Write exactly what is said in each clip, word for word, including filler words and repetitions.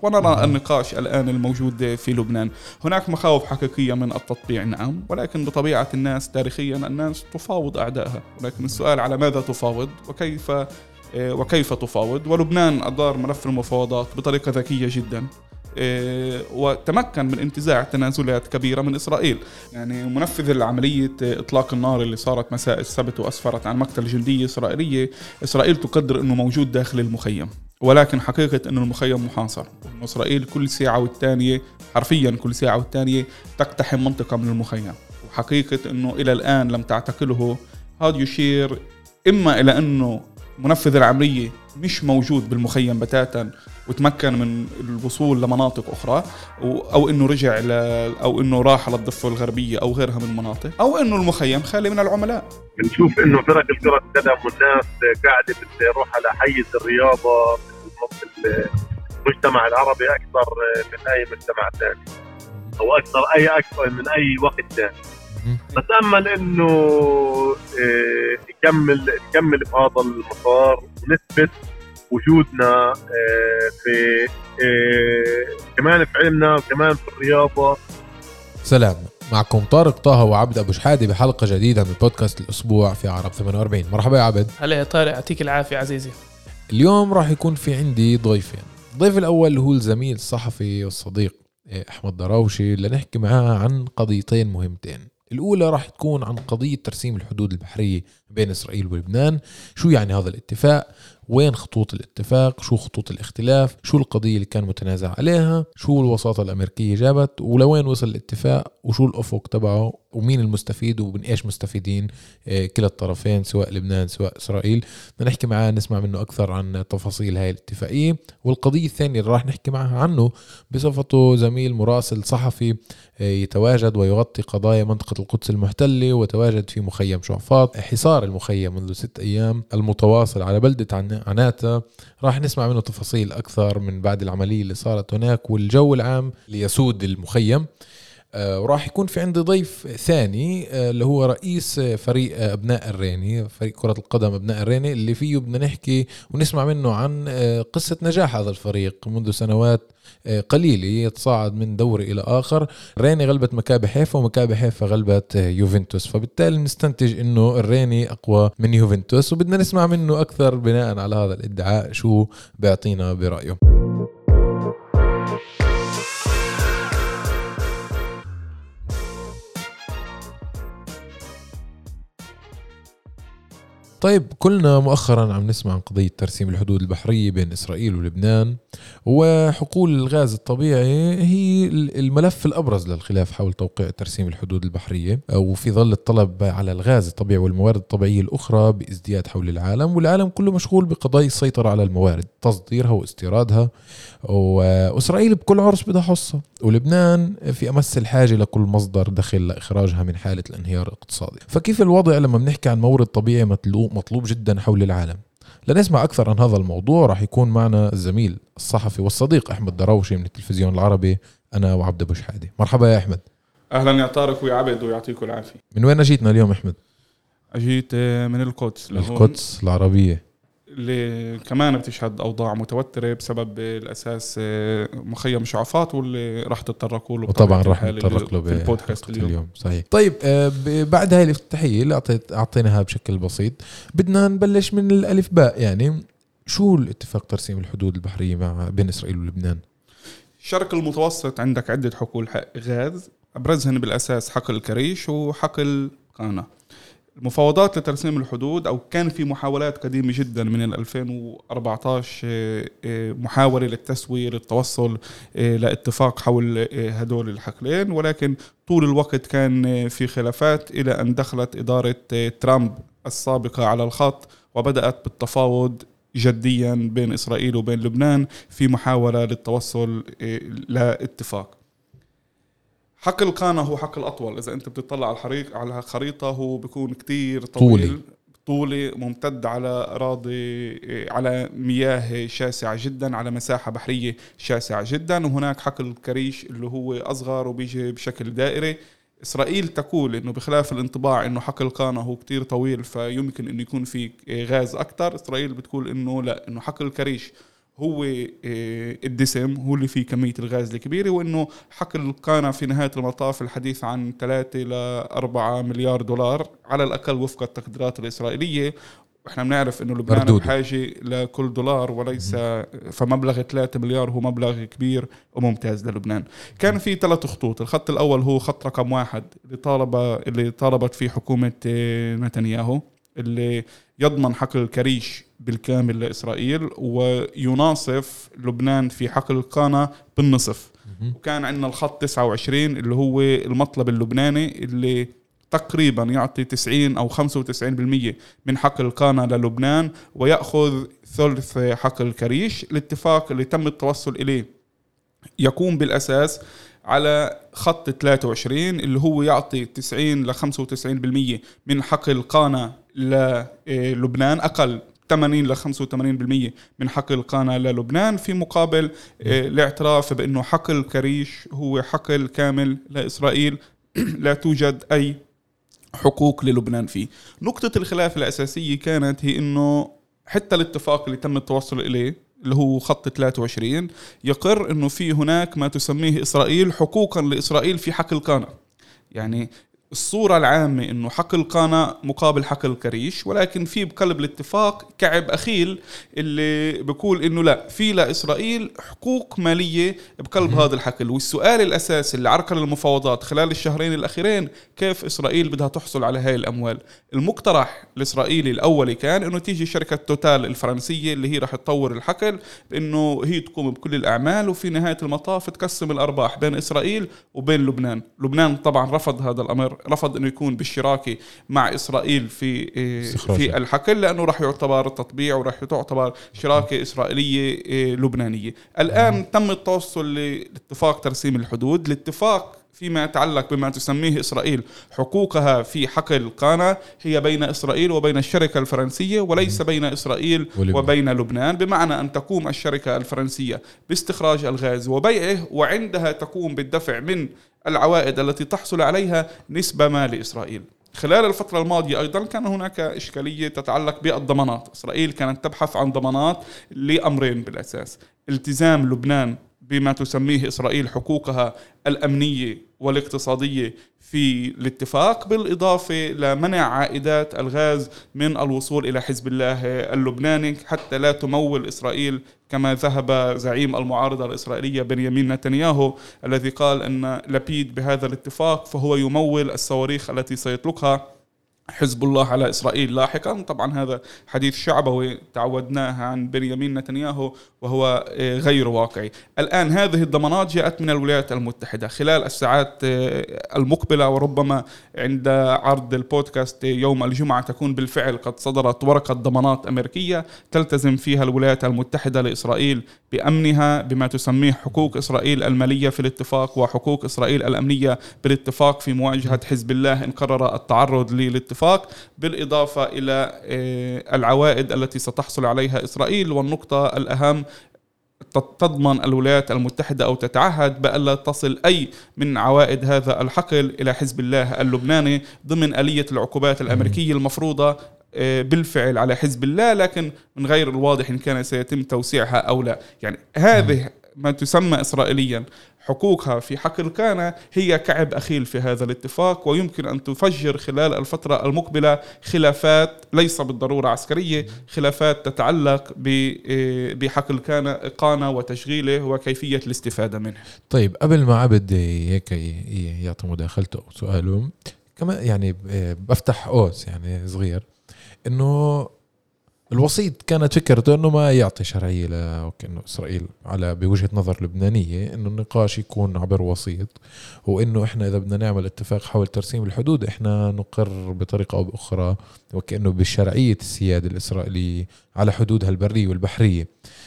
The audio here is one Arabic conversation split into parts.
ونرى النقاش الآن الموجود في لبنان. هناك مخاوف حقيقية من التطبيع نعم، ولكن بطبيعة الناس تاريخيا الناس تفاوض أعدائها، ولكن السؤال على ماذا تفاوض وكيف وكيف تفاوض. ولبنان أدار ملف المفاوضات بطريقة ذكية جدا، وتمكن من انتزاع تنازلات كبيرة من إسرائيل. يعني منفذ العملية إطلاق النار اللي صارت مساء السبت وأسفرت عن مقتل جندية إسرائيلية، إسرائيل تقدر أنه موجود داخل المخيم، ولكن حقيقة أنه المخيم محاصر، وأنه إسرائيل كل ساعة والتانية حرفيا كل ساعة والتانية تقتحم منطقة من المخيم. وحقيقة أنه إلى الآن لم تعتقله. هذا يشير إما إلى أنه منفذ العملية مش موجود بالمخيم بتاتا وتمكن من الوصول لمناطق أخرى، أو إنه رجع ل... أو إنه راح للضفة الغربية أو غيرها من المناطق، أو إنه المخيم خالي من العملاء. بنشوف إنه فرق الكرة القدم والناس قاعدة بتروح على حيز الرياضة في المجتمع العربي أكثر من أي مجتمع ثاني، أو أكثر أي أكثر من أي وقت ثاني. نتأمل إنه يكمل يكمل بهذا المسار ونثبت وجودنا في كمان في علمنا وكمان في الرياضة. سلام، معكم طارق طه وعبد أبو شحادي بحلقة جديدة من بودكاست الأسبوع في عرب ثمانية وأربعين. مرحبا يا عبد. هلا يا طارق، يعطيك العافية عزيزي. اليوم راح يكون في عندي ضيفين. الضيف الأول هو الزميل الصحفي والصديق أحمد دراوشي، اللي نحكي معاه عن قضيتين مهمتين. الأولى راح تكون عن قضية ترسيم الحدود البحرية بين إسرائيل ولبنان. شو يعني هذا الاتفاق؟ وين خطوط الاتفاق؟ شو خطوط الاختلاف؟ شو القضية اللي كان متنازع عليها؟ شو الوساطة الأمريكية جابت؟ ولوين وصل الاتفاق؟ وشو الأفق تبعه؟ ومين المستفيد ومن إيش مستفيدين آه كلا الطرفين سواء لبنان سواء إسرائيل؟ بدنا نحكي معاه نسمع منه أكثر عن تفاصيل هاي الاتفاقية. والقضية الثانية اللي راح نحكي معها عنه بصفته زميل مراسل صحفي آه يتواجد ويغطي قضايا منطقة القدس المحتلة، وتواجد في مخيم شعفاط، حصار المخيم منذ ست أيام المتواصل على بلدة عناتا. راح نسمع منه تفاصيل أكثر من بعد العملية اللي صارت هناك والجو العام اللي يسود المخيم. آه وراح يكون في عندي ضيف ثاني آه اللي هو رئيس فريق آه أبناء الريني، فريق كرة القدم أبناء الريني، اللي فيه بدنا نحكي ونسمع منه عن آه قصة نجاح هذا الفريق منذ سنوات قليلة، يتصاعد من دوري إلى آخر. الريني غلبت مكابي حيفا ومكابي حيفا غلبت يوفنتوس، فبالتالي نستنتج إنه الريني أقوى من يوفنتوس، وبدنا نسمع منه أكثر بناء على هذا الادعاء شو بيعطينا برأيه. طيب، كلنا مؤخرا عم نسمع عن قضية ترسيم الحدود البحرية بين إسرائيل ولبنان، وحقول الغاز الطبيعي هي الملف الأبرز للخلاف حول توقيع ترسيم الحدود البحرية، وفي ظل الطلب على الغاز الطبيعي والموارد الطبيعية الأخرى بازدياد حول العالم، والعالم كله مشغول بقضايا السيطرة على الموارد، تصديرها واستيرادها، وإسرائيل بكل عرس بدها حصة، ولبنان في أمس الحاجة لكل مصدر دخل لإخراجها من حالة الانهيار الاقتصادي. فكيف الوضع لما بنحكي عن مورد طبيعي مطلوب مطلوب جدا حول العالم؟ لنسمع أكثر عن هذا الموضوع راح يكون معنا الزميل الصحفي والصديق أحمد دراوشي من التلفزيون العربي، أنا وعبد أبو شحادي. مرحبا يا أحمد. أهلا يا طارق ويا عبد ويعطيكم العافية. من وين أجيتنا اليوم أحمد؟ أجيت من القدس. القدس العربية اللي كمان بتشهد أوضاع متوترة بسبب الأساس مخيم شعفاط، واللي راح تتطرقوا له وطبعا راح نتطرق له في البودكاست اليوم. اليوم صحيح. طيب، بعد هاي الافتتاحية اللي أعطيناها بشكل بسيط، بدنا نبلش من الألف باء. يعني شو الاتفاق ترسيم الحدود البحرية مع بين إسرائيل ولبنان؟ الشرق المتوسط عندك عدة حقول غاز، أبرزهن بالأساس حقل الكريش وحقل قانا. المفاوضات لترسيم الحدود، أو كان في محاولات قديمة جدا من ألفين وأربعتاشر محاولة للتسوية للتوصل لاتفاق حول هدول الحقلين، ولكن طول الوقت كان في خلافات إلى أن دخلت إدارة ترامب السابقة على الخط وبدأت بالتفاوض جديا بين إسرائيل وبين لبنان في محاولة للتوصل لاتفاق. حقل قانا هو حقل أطول، إذا أنت بتطلع على الحريق على خريطة هو بيكون كتير طويل، طولي ممتد على أراضي على مياه شاسعة جدا، على مساحة بحرية شاسعة جدا. وهناك حقل الكريش اللي هو أصغر وبيجي بشكل دائري. إسرائيل تقول إنه بخلاف الانطباع إنه حقل قانا هو كتير طويل فيمكن إنه يكون فيه غاز أكتر، إسرائيل بتقول إنه لا، إنه حقل الكريش هو الدسم، هو اللي فيه كمية الغاز الكبيرة، وإنه حقل القانا في نهاية المطاف الحديث عن ثلاثة إلى أربعة مليار دولار على الأقل وفق التقديرات الإسرائيلية. احنا بنعرف انه لبنان مردودة. بحاجه لكل دولار وليس، فمبلغ ثلاثة مليار هو مبلغ كبير وممتاز للبنان. كان في ثلاث خطوط. الخط الاول هو خط رقم واحد اللي طالب اللي طالبت فيه حكومه نتنياهو، اللي يضمن حقل الكريش بالكامل لاسرائيل ويناصف لبنان في حقل القانا بالنصف. وكان عندنا الخط تسعة وعشرين اللي هو المطلب اللبناني اللي تقريبا يعطي تسعين أو خمسة وتسعين بالمية من حقل القانا للبنان ويأخذ ثلث حقل الكريش. الاتفاق اللي تم التوصل إليه يقوم بالأساس على خط ثلاثة وعشرين اللي هو يعطي تسعين إلى خمسة وتسعين بالمية من حقل القانا للبنان، أقل ثمانين إلى خمسة وثمانين بالمية من حقل القانا للبنان، في مقابل الاعتراف بأنه حقل الكريش هو حقل كامل لإسرائيل لا توجد أي حقوق للبنان فيه. نقطة الخلاف الأساسية كانت هي إنه حتى الاتفاق اللي تم التوصل إليه اللي هو خط ثلاثة وعشرين يقر إنه في هناك ما تسميه إسرائيل حقوقا لإسرائيل في حقل القانا. يعني الصورة العامة إنه حقل القانا مقابل حقل الكريش، ولكن في بقلب الاتفاق كعب أخيل اللي بيقول إنه لا، في لإسرائيل حقوق مالية بقلب هذا الحقل. والسؤال الأساسي اللي عرقل المفاوضات خلال الشهرين الأخيرين كيف إسرائيل بدها تحصل على هاي الأموال. المقترح الإسرائيلي الأولي كان إنه تيجي شركة توتال الفرنسية اللي هي راح تطور الحقل، إنه هي تقوم بكل الأعمال وفي نهاية المطاف تقسم الأرباح بين إسرائيل وبين لبنان. لبنان طبعا رفض هذا الأمر، رفض انه يكون بالشراكه مع اسرائيل في في الحقل لانه راح يعتبر تطبيع وراح تعتبر شراكه اسرائيليه لبنانيه. الان تم التوصل لاتفاق ترسيم الحدود. الاتفاق فيما يتعلق بما تسميه إسرائيل حقوقها في حقل القانا هي بين إسرائيل وبين الشركة الفرنسية وليس بين إسرائيل ولبنان. وبين لبنان، بمعنى أن تقوم الشركة الفرنسية باستخراج الغاز وبيعه، وعندها تقوم بالدفع من العوائد التي تحصل عليها نسبة ما لإسرائيل. خلال الفترة الماضية أيضا كان هناك إشكالية تتعلق بالضمانات. إسرائيل كانت تبحث عن ضمانات لأمرين بالأساس: التزام لبنان بما تسميه إسرائيل حقوقها الأمنية والاقتصادية في الاتفاق، بالإضافة لمنع عائدات الغاز من الوصول إلى حزب الله اللبناني حتى لا تمول إسرائيل كما ذهب زعيم المعارضة الإسرائيلية بنيامين نتنياهو الذي قال أن لبيد بهذا الاتفاق فهو يمول الصواريخ التي سيطلقها حزب الله على إسرائيل لاحقا. طبعا هذا حديث شعبوي تعودناه عن بنيامين نتنياهو وهو غير واقعي. الآن هذه الضمانات جاءت من الولايات المتحدة خلال الساعات المقبلة، وربما عند عرض البودكاست يوم الجمعة تكون بالفعل قد صدرت ورقة ضمانات أمريكية تلتزم فيها الولايات المتحدة لإسرائيل بأمنها بما تسميه حقوق إسرائيل المالية في الاتفاق وحقوق إسرائيل الأمنية بالاتفاق في مواجهة حزب الله إن قرر التعرض للاتفاق، بالإضافة إلى العوائد التي ستحصل عليها إسرائيل. والنقطة الأهم، تضمن الولايات المتحدة أو تتعهد بألا تصل أي من عوائد هذا الحقل إلى حزب الله اللبناني ضمن آلية العقوبات الأمريكية المفروضة بالفعل على حزب الله، لكن من غير الواضح إن كان سيتم توسيعها أو لا. يعني هذه ما تسمى إسرائيليا حقوقها في حقل القانا هي كعب أخيل في هذا الاتفاق، ويمكن أن تفجر خلال الفترة المقبلة خلافات ليس بالضرورة عسكرية، خلافات تتعلق بحقل القانا وتشغيله وكيفية الاستفادة منه. طيب قبل ما عبد هيك يعطي مداخلته أو سؤاله كما يعني بفتح قوس يعني صغير، إنه الوسيط كانت فكرته انه ما يعطي شرعيه لانه اسرائيل على بوجهه نظر لبنانيه، انه النقاش يكون عبر وسيط، وانه احنا اذا بدنا نعمل اتفاق حول ترسيم الحدود احنا نقر بطريقه او باخرى وكانه بشرعيه السياده الاسرائيليه على حدودها البريه والبحريه.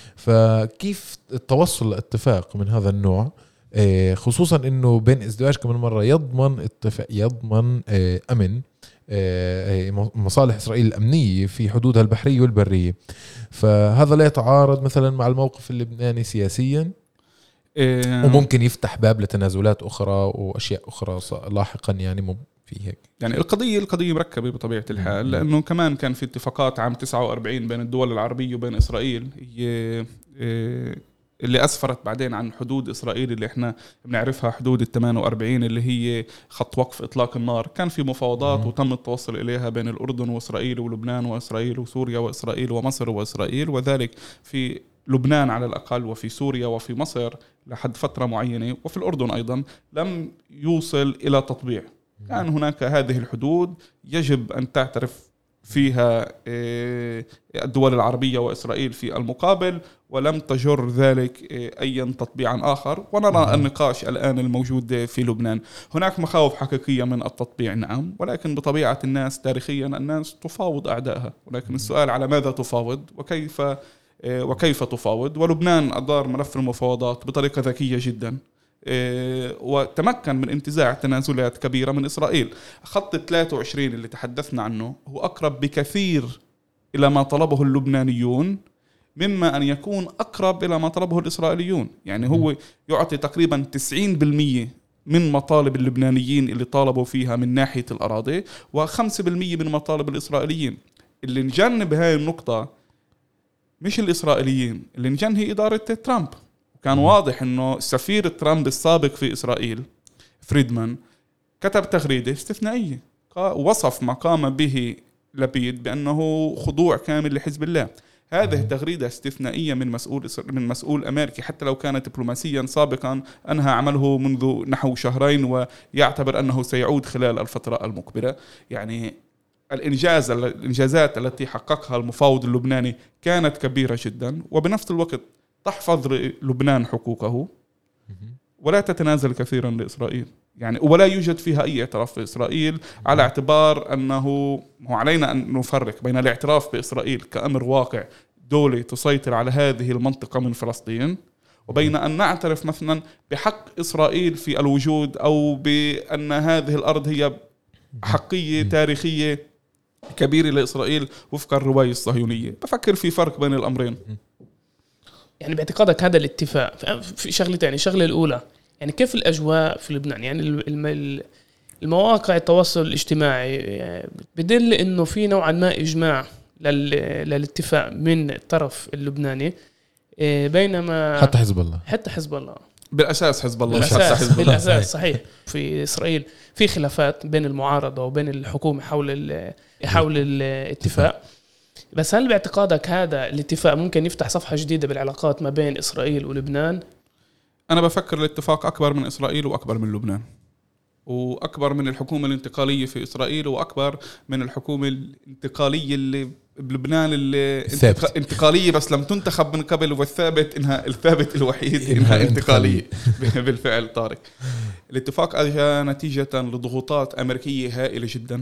فكيف التوصل لاتفاق من هذا النوع، خصوصا انه بين ازدواج كمان مره يضمن اتفاق يضمن امن مصالح إسرائيل الأمنية في حدودها البحرية والبرية، فهذا لا يتعارض مثلا مع الموقف اللبناني سياسيا وممكن يفتح باب لتنازلات أخرى وأشياء أخرى لاحقا. يعني في هيك يعني القضية القضية مركبة بطبيعة الحال، لأنه كمان كان في اتفاقات عام تسعة وأربعين بين الدول العربية وبين إسرائيل هي اللي أسفرت بعدين عن حدود إسرائيل اللي إحنا بنعرفها حدود الثمانية وأربعين اللي هي خط وقف إطلاق النار. كان في مفاوضات م- وتم التوصل إليها بين الأردن وإسرائيل ولبنان وإسرائيل وسوريا وإسرائيل ومصر وإسرائيل، وذلك في لبنان على الأقل وفي سوريا وفي مصر لحد فترة معينة، وفي الأردن أيضا لم يوصل إلى تطبيع. كان هناك هذه الحدود يجب أن تعترف فيها الدول العربية وإسرائيل في المقابل، ولم تجر ذلك أي تطبيعا آخر. ونرى النقاش الآن الموجود في لبنان، هناك مخاوف حقيقية من التطبيع نعم، ولكن بطبيعة الناس تاريخيا الناس تفاوض أعدائها، ولكن السؤال على ماذا تفاوض وكيف وكيف تفاوض. ولبنان أدار ملف المفاوضات بطريقة ذكية جدا وتمكن من انتزاع تنازلات كبيرة من إسرائيل. خط ثلاثة وعشرين اللي تحدثنا عنه هو أقرب بكثير إلى ما طلبه اللبنانيون مما أن يكون أقرب إلى ما طلبه الإسرائيليون. يعني هو يعطي تقريبا تسعين بالمئة من مطالب اللبنانيين اللي طالبوا فيها من ناحية الأراضي، وخمسة بالمئة من مطالب الإسرائيليين. اللي نجنب هاي النقطة مش الإسرائيليين، اللي نجن هي إدارة ترامب. كان واضح أنه سفير ترامب السابق في إسرائيل فريدمان كتب تغريدة استثنائية وصف ما قام به لبيد بأنه خضوع كامل لحزب الله. هذه تغريدة استثنائية من مسؤول من مسؤول أمريكي، حتى لو كان دبلوماسيا سابقا أنهى عمله منذ نحو شهرين ويعتبر أنه سيعود خلال الفترة المقبلة. يعني الإنجاز الإنجازات التي حققها المفاوض اللبناني كانت كبيرة جدا، وبنفس الوقت تحفظ لبنان حقوقه ولا تتنازل كثيرا لإسرائيل. يعني ولا يوجد فيها أي اعتراف في إسرائيل، على اعتبار أنه هو علينا أن نفرق بين الاعتراف بإسرائيل كأمر واقع دولة تسيطر على هذه المنطقة من فلسطين، وبين أن نعترف مثلا بحق إسرائيل في الوجود، أو بأن هذه الأرض هي حقية تاريخية كبيرة لإسرائيل وفق الرواية الصهيونية. بفكر في فرق بين الأمرين. يعني باعتقادك هذا الاتفاق في شغلتين، الشغلة الأولى يعني كيف الأجواء في لبنان؟ يعني المواقع التواصل الاجتماعي بدل إنه في نوعا ما إجماع للاتفاق من الطرف اللبناني، بينما حتى حزب الله حتى حزب الله بالأساس حزب الله بالأساس, حزب الله. بالأساس صحيح. في إسرائيل في خلافات بين المعارضة وبين الحكومة حول حول الاتفاق، بس هل باعتقادك هذا الاتفاق ممكن يفتح صفحة جديدة بالعلاقات ما بين إسرائيل ولبنان؟ أنا بفكر الاتفاق أكبر من إسرائيل وأكبر من لبنان، وأكبر من الحكومة الانتقالية في إسرائيل، وأكبر من الحكومة الانتقالية اللي بلبنان اللي ثابت. انتقالية بس لم تنتخب من قبل، والثابت إنها الثابت الوحيد إنها انتقالية. بالفعل طارق، الاتفاق أجى نتيجة لضغوطات أمريكية هائلة جدا،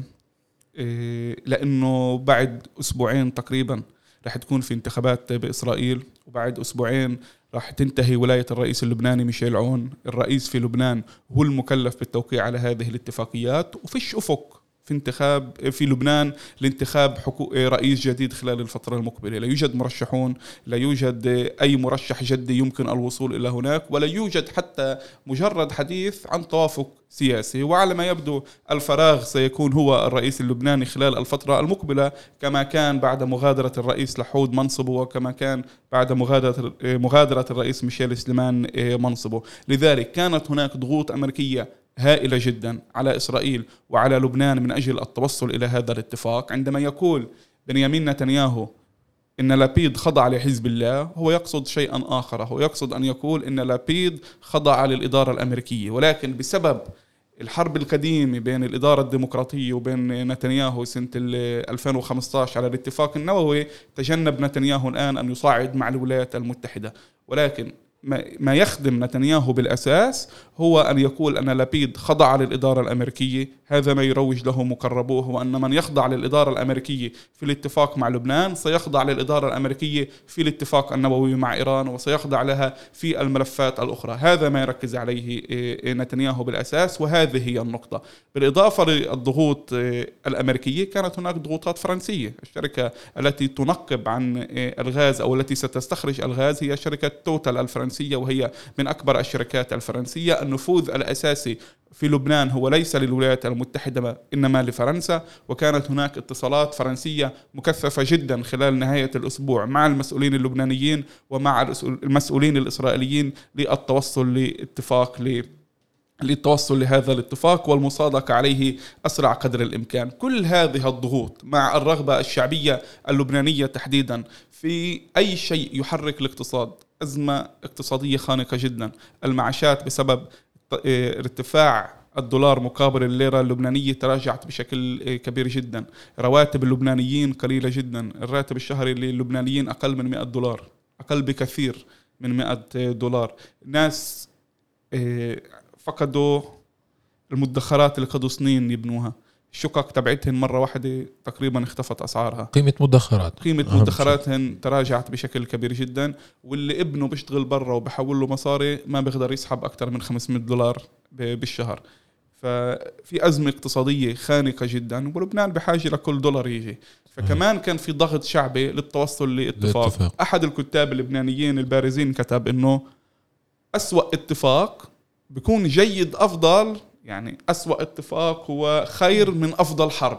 لأنه بعد أسبوعين تقريبا رح تكون في انتخابات بإسرائيل، وبعد أسبوعين راح تنتهي ولاية الرئيس اللبناني ميشيل عون. الرئيس في لبنان هو المكلف بالتوقيع على هذه الاتفاقيات، وفيش أفق في انتخاب في لبنان لانتخاب رئيس جديد خلال الفترة المقبلة. لا يوجد مرشحون، لا يوجد أي مرشح جدي يمكن الوصول إلى هناك، ولا يوجد حتى مجرد حديث عن توافق سياسي. وعلى ما يبدو الفراغ سيكون هو الرئيس اللبناني خلال الفترة المقبلة، كما كان بعد مغادرة الرئيس لحود منصبه، وكما كان بعد مغادرة مغادرة الرئيس ميشيل سليمان منصبه. لذلك كانت هناك ضغوط أمريكية هائلة جدا على إسرائيل وعلى لبنان من أجل التوصل إلى هذا الاتفاق. عندما يقول بنيامين نتنياهو إن لابيد خضع لحزب الله، هو يقصد شيئا آخر. هو يقصد أن يقول إن لابيد خضع للإدارة الأمريكية، ولكن بسبب الحرب القديمة بين الإدارة الديمقراطية وبين نتنياهو سنة ألفين وخمسة عشر على الاتفاق النووي، تجنب نتنياهو الآن أن يصعد مع الولايات المتحدة. ولكن ما يخدم نتنياهو بالأساس هو أن يقول أن لابيد خضع للإدارة الأمريكية. هذا ما يروج له مقربوه، وأن من يخضع للإدارة الأمريكية في الاتفاق مع لبنان سيخضع للإدارة الأمريكية في الاتفاق النووي مع إيران، وسيخضع لها في الملفات الأخرى. هذا ما يركز عليه نتنياهو بالأساس، وهذه هي النقطة. بالإضافة للضغوط الأمريكية كانت هناك ضغوطات فرنسية. الشركة التي تنقب عن الغاز أو التي ستستخرج الغاز هي شركة توتال الفرنسية الفرنسية وهي من أكبر الشركات الفرنسية. النفوذ الأساسي في لبنان هو ليس للولايات المتحدة إنما لفرنسا، وكانت هناك اتصالات فرنسية مكثفة جدا خلال نهاية الأسبوع مع المسؤولين اللبنانيين ومع المسؤولين الإسرائيليين للتوصل لاتفاق ل للتوصل لهذا الاتفاق والمصادقة عليه أسرع قدر الإمكان. كل هذه الضغوط مع الرغبة الشعبية اللبنانية تحديدا في أي شيء يحرك الاقتصاد، أزمة اقتصادية خانقة جدا، المعاشات بسبب ارتفاع الدولار مقابل الليرة اللبنانية تراجعت بشكل كبير جدا، رواتب اللبنانيين قليلة جدا، الراتب الشهري للبنانيين أقل من مئة دولار، أقل بكثير من مئة دولار. ناس فقدوا المدخرات اللي قدوا سنين يبنوها، الشقق تبعتهن مرة واحدة تقريبا اختفت أسعارها، قيمة مدخرات قيمة مدخراتهن تراجعت بشكل كبير جدا، واللي ابنه بيشتغل برا وبحول له مصاري ما بيقدر يسحب أكتر من خمسمائة دولار بالشهر. ففي أزمة اقتصادية خانقة جدا، ولبنان بحاجة لكل دولار يجي. فكمان كان في ضغط شعبي للتوصل لاتفاق. أحد الكتاب اللبنانيين البارزين كتب إنه أسوأ اتفاق بيكون جيد أفضل، يعني أسوأ اتفاق هو خير من أفضل حرب.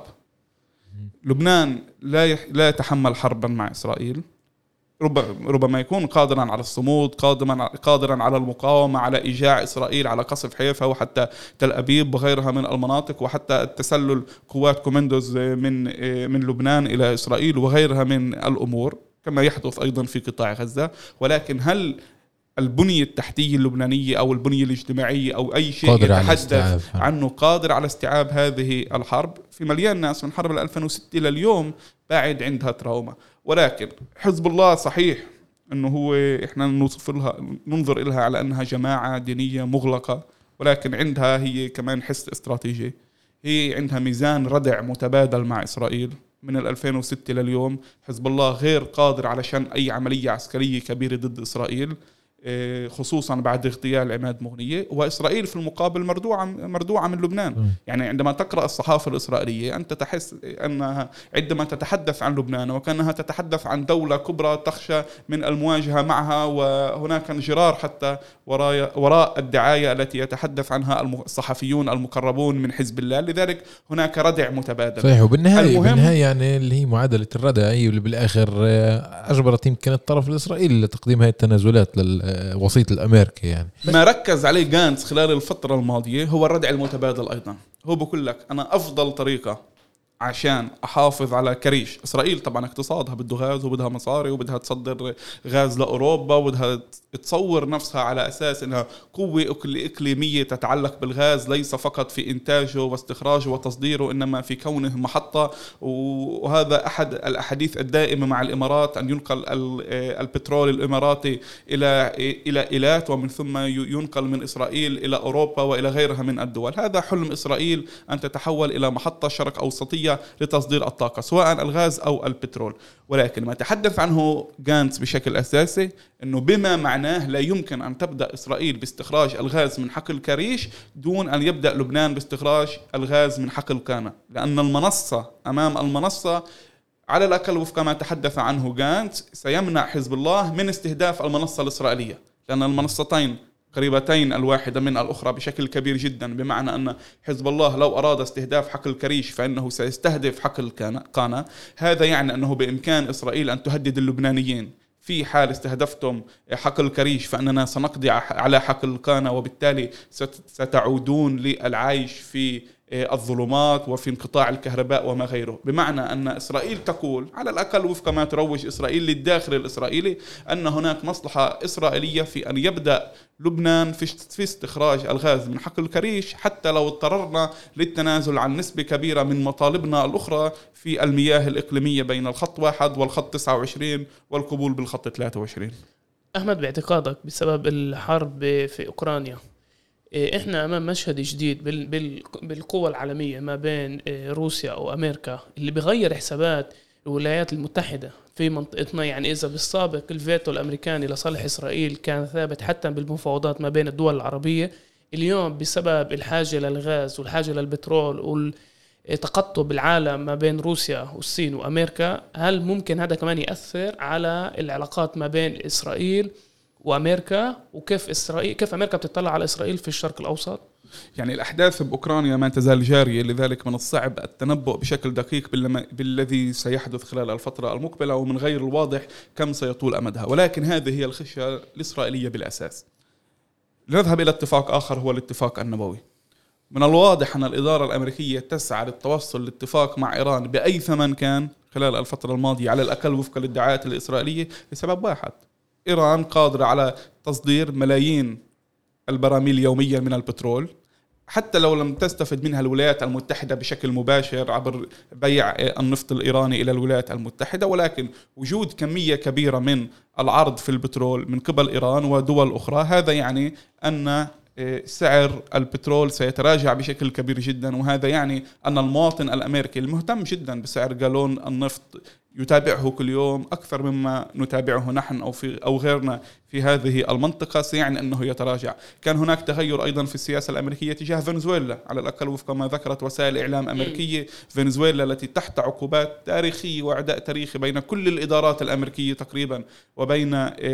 لبنان لا يح... لا يتحمل حربا مع إسرائيل، رب... ربما يكون قادرا على الصمود، قادرا قادرا على المقاومة، على إيجاع إسرائيل، على قصف حيفا وحتى تل أبيب وغيرها من المناطق، وحتى التسلل قوات كومندوز من من لبنان إلى إسرائيل وغيرها من الأمور، كما يحدث أيضا في قطاع غزة. ولكن هل البنية التحتية اللبنانية أو البنية الاجتماعية أو أي شيء يتحدث عنه قادر على استيعاب هذه الحرب؟ في مليان ناس من حرب ألفين وستة لليوم بعد عندها تراوما. ولكن حزب الله صحيح أنه هو إحنا نوصف لها ننظر إلها على أنها جماعة دينية مغلقة، ولكن عندها هي كمان حس استراتيجي، هي عندها ميزان ردع متبادل مع إسرائيل. من ألفين وستة لليوم حزب الله غير قادر علشان أي عملية عسكرية كبيرة ضد إسرائيل، خصوصا بعد اغتيال عماد مغنية. وإسرائيل في المقابل مردوعة مردوعة من لبنان. م. يعني عندما تقرأ الصحافة الإسرائيلية أنت تحس أنها عندما تتحدث عن لبنان وكأنها تتحدث عن دولة كبرى تخشى من المواجهة معها، وهناك انجرار حتى وراء وراء الدعاية التي يتحدث عنها الصحفيون المقربون من حزب الله. لذلك هناك ردع متبادل. صحيح. وبالنهاية بالنهاية يعني اللي هي معادلة الردع هي اللي بالآخر أجبرت يمكن الطرف الإسرائيلي لتقديم هذه التنازلات لل وسيط الأمريكي. يعني ما ركز عليه جانتس خلال الفترة الماضية هو الردع المتبادل أيضا. هو بقول لك أنا أفضل طريقة عشان أحافظ على كريش. إسرائيل طبعا اقتصادها بده غاز وبدها مصاري وبدها تصدر غاز لأوروبا وبدها تصور نفسها على أساس أنها قوة إقليمية تتعلق بالغاز، ليس فقط في إنتاجه واستخراجه وتصديره إنما في كونه محطة. وهذا أحد الأحاديث الدائمة مع الإمارات، أن ينقل البترول الإماراتي إلى إلى إيلات ومن ثم ينقل من إسرائيل إلى أوروبا وإلى غيرها من الدول. هذا حلم إسرائيل، أن تتحول إلى محطة شرق أوسطية لتصدير الطاقة سواء الغاز أو البترول. ولكن ما تحدث عنه جانتس بشكل أساسي أنه بما معناه لا يمكن أن تبدأ إسرائيل باستخراج الغاز من حقل كريش دون أن يبدأ لبنان باستخراج الغاز من حقل كانا، لأن المنصة أمام المنصة على الأقل وفق ما تحدث عنه جانتس سيمنع حزب الله من استهداف المنصة الإسرائيلية، لأن المنصتين قريبتين الواحدة من الأخرى بشكل كبير جدا. بمعنى أن حزب الله لو أراد استهداف حقل كريش فإنه سيستهدف حقل قانا. هذا يعني أنه بإمكان إسرائيل أن تهدد اللبنانيين في حال استهدفتم حقل كريش فإننا سنقضي على حقل قانا، وبالتالي ستعودون للعيش في الظلمات وفي انقطاع الكهرباء وما غيره. بمعنى أن إسرائيل تقول على الأقل وفق ما تروج إسرائيل للداخل الإسرائيلي أن هناك مصلحة إسرائيلية في أن يبدأ لبنان في استخراج الغاز من حقل كريش، حتى لو اضطررنا للتنازل عن نسبة كبيرة من مطالبنا الأخرى في المياه الإقليمية بين الخط واحد والخط تسعة وعشرين والقبول بالخط ثلاثة وعشرين. أحمد، باعتقادك بسبب الحرب في أوكرانيا إحنا أمام مشهد جديد بالقوى العالمية ما بين روسيا أو أمريكا اللي بغير حسابات الولايات المتحدة في منطقتنا؟ يعني إذا بالسابق الفيتو الأمريكاني لصالح إسرائيل كان ثابت حتى بالمفاوضات ما بين الدول العربية، اليوم بسبب الحاجة للغاز والحاجة للبترول والتقطب العالم ما بين روسيا والصين وأمريكا، هل ممكن هذا كمان يأثر على العلاقات ما بين إسرائيل وأمريكا، وكيف إسرائيل كيف أمريكا بتطلع على إسرائيل في الشرق الأوسط؟ يعني الأحداث بأوكرانيا ما تزال جارية، لذلك من الصعب التنبؤ بشكل دقيق بالذي سيحدث خلال الفترة المقبلة، ومن غير الواضح كم سيطول أمدها، ولكن هذه هي الخشية الإسرائيلية بالأساس. نذهب إلى اتفاق آخر هو الاتفاق النووي. من الواضح أن الإدارة الأمريكية تسعى للتوصل لاتفاق مع إيران بأي ثمن كان خلال الفترة الماضية، على الأقل وفق الادعاءات الإسرائيلية، لسبب واحد: إيران قادرة على تصدير ملايين البراميل يوميا من البترول، حتى لو لم تستفد منها الولايات المتحدة بشكل مباشر عبر بيع النفط الإيراني إلى الولايات المتحدة، ولكن وجود كمية كبيرة من العرض في البترول من قبل إيران ودول أخرى، هذا يعني أن سعر البترول سيتراجع بشكل كبير جدا، وهذا يعني أن المواطن الأمريكي المهتم جدا بسعر جالون النفط يتابعه كل يوم أكثر مما نتابعه نحن أو في أو غيرنا في هذه المنطقة، سيعني أنه يتراجع. كان هناك تغير أيضا في السياسة الأمريكية تجاه فنزويلا، على الأقل وفق ما ذكرت وسائل إعلام أمريكية. فنزويلا التي تحت عقوبات تاريخية وعداء تاريخي بين كل الإدارات الأمريكية تقريبا وبين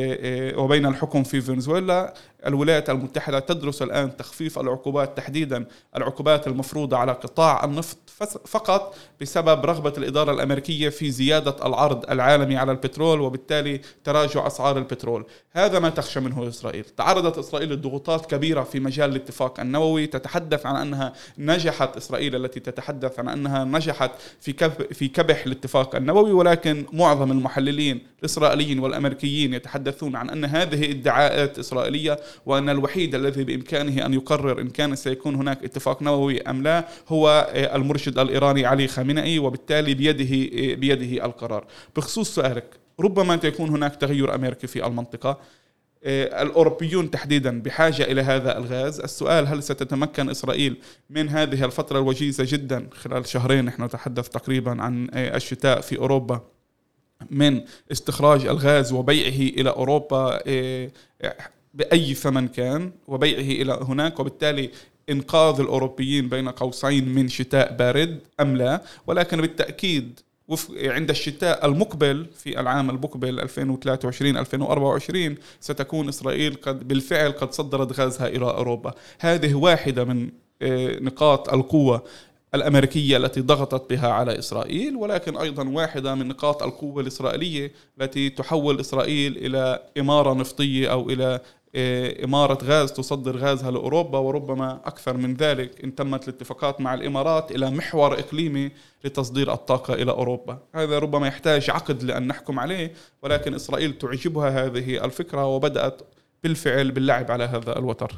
وبين الحكم في فنزويلا، الولايات المتحدة تدرس الآن تخفيف العقوبات، تحديدا العقوبات المفروضة على قطاع النفط فقط بسبب رغبة الإدارة الأمريكية في زيادة العرض العالمي على البترول، وبالتالي تراجع أسعار البترول. هذا ما تخشى منه إسرائيل. تعرضت إسرائيل لضغوطات كبيرة في مجال الاتفاق النووي، تتحدث عن أنها نجحت إسرائيل التي تتحدث عن أنها نجحت في في كبح الاتفاق النووي، ولكن معظم المحللين الإسرائيليين والأمريكيين يتحدثون عن أن هذه ادعاءات إسرائيلية، وأن الوحيد الذي بإمكانه أن يقرر إن كان سيكون هناك اتفاق نووي أم لا هو المرشد الإيراني علي خامنئي، وبالتالي بيده بيده القرار. بخصوص سؤالك، ربما تكون هناك تغير أمريكي في المنطقة. الأوروبيون تحديدا بحاجة إلى هذا الغاز. السؤال: هل ستتمكن إسرائيل من هذه الفترة الوجيزة جدا خلال شهرين، نحن نتحدث تقريبا عن الشتاء في أوروبا، من استخراج الغاز وبيعه إلى أوروبا بأي ثمن كان وبيعه إلى هناك، وبالتالي إنقاذ الأوروبيين بين قوسين من شتاء بارد أم لا؟ ولكن بالتأكيد عند الشتاء المقبل في العام المقبل ألفين وثلاثة وعشرين ألفين وأربعة وعشرين ستكون إسرائيل قد بالفعل قد صدرت غازها إلى أوروبا. هذه واحدة من نقاط القوة الأمريكية التي ضغطت بها على إسرائيل، ولكن أيضا واحدة من نقاط القوة الإسرائيلية التي تحول إسرائيل إلى إمارة نفطية أو إلى إمارة غاز تصدر غازها لأوروبا، وربما أكثر من ذلك إن تمت الاتفاقات مع الإمارات إلى محور إقليمي لتصدير الطاقة إلى أوروبا. هذا ربما يحتاج عقد لأن نحكم عليه، ولكن إسرائيل تعجبها هذه الفكرة وبدأت بالفعل باللعب على هذا الوتر.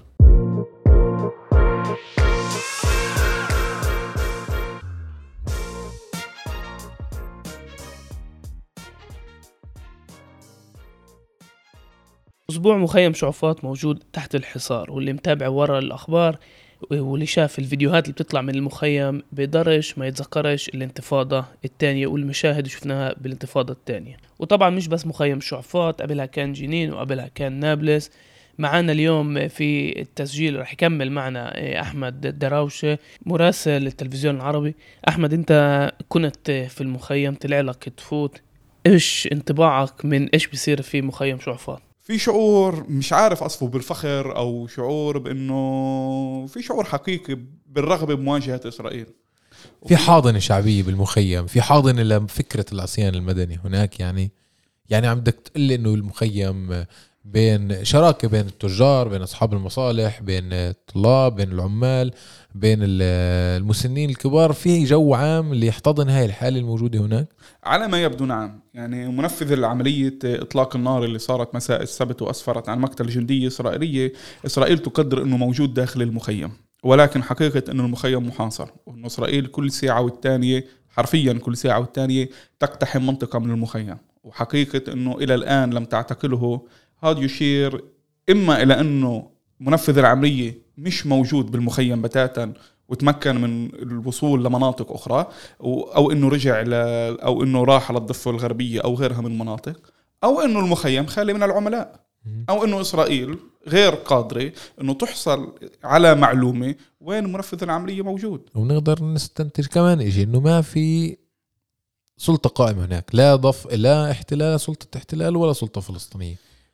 أسبوع مخيم شعفاط موجود تحت الحصار، واللي متابع ورا الأخبار واللي شاف الفيديوهات اللي بتطلع من المخيم بيقدرش ما يتذكرش الانتفاضة الثانية والمشاهد اللي شفناها بالانتفاضة الثانية. وطبعا مش بس مخيم شعفاط، قبلها كان جنين وقبلها كان نابلس. معنا اليوم في التسجيل رح يكمل معنا أحمد الدراوشة مراسل التلفزيون العربي. أحمد، أنت كنت في المخيم، طلع لك تفوت، إيش انطباعك من إيش بيصير في مخيم شعفاط؟ في شعور مش عارف أصفه بالفخر أو شعور بأنه في شعور حقيقي بالرغبة بمواجهة إسرائيل. في حاضنة شعبية بالمخيم، في حاضنة لفكرة العصيان المدني هناك. يعني يعني عم بدك تقول لي إنه المخيم بين شراكة بين التجار، بين أصحاب المصالح، بين الطلاب، بين العمال، بين المسنين الكبار، فيه جو عام اللي يحتضن هاي الحالة الموجودة هناك على ما يبدو. نعم، يعني منفذ العملية إطلاق النار اللي صارت مساء السبت وأسفرت عن مقتل جندية إسرائيلية، إسرائيل تقدر أنه موجود داخل المخيم، ولكن حقيقة أنه المخيم محاصر، وأنه إسرائيل كل ساعة والتانية حرفيا كل ساعة والتانية تقتحم منطقة من المخيم. وحقيقة أنه إلى الآن لم تعتقله. هذا يشير إما إلى أنه منفذ العملية مش موجود بالمخيم بتاتا وتمكن من الوصول لمناطق أخرى، أو إنه رجع ل أو إنه راح على الضفة الغربية أو غيرها من مناطق، أو إنه المخيم خالي من العملاء، أو إنه إسرائيل غير قادرة إنه تحصل على معلومة وين منفذ العملية موجود. ونقدر نستنتج كمان إشي إنه ما في سلطة قائمة هناك، لا ضف لا احتلال سلطة احتلال ولا سلطة فلسطينية.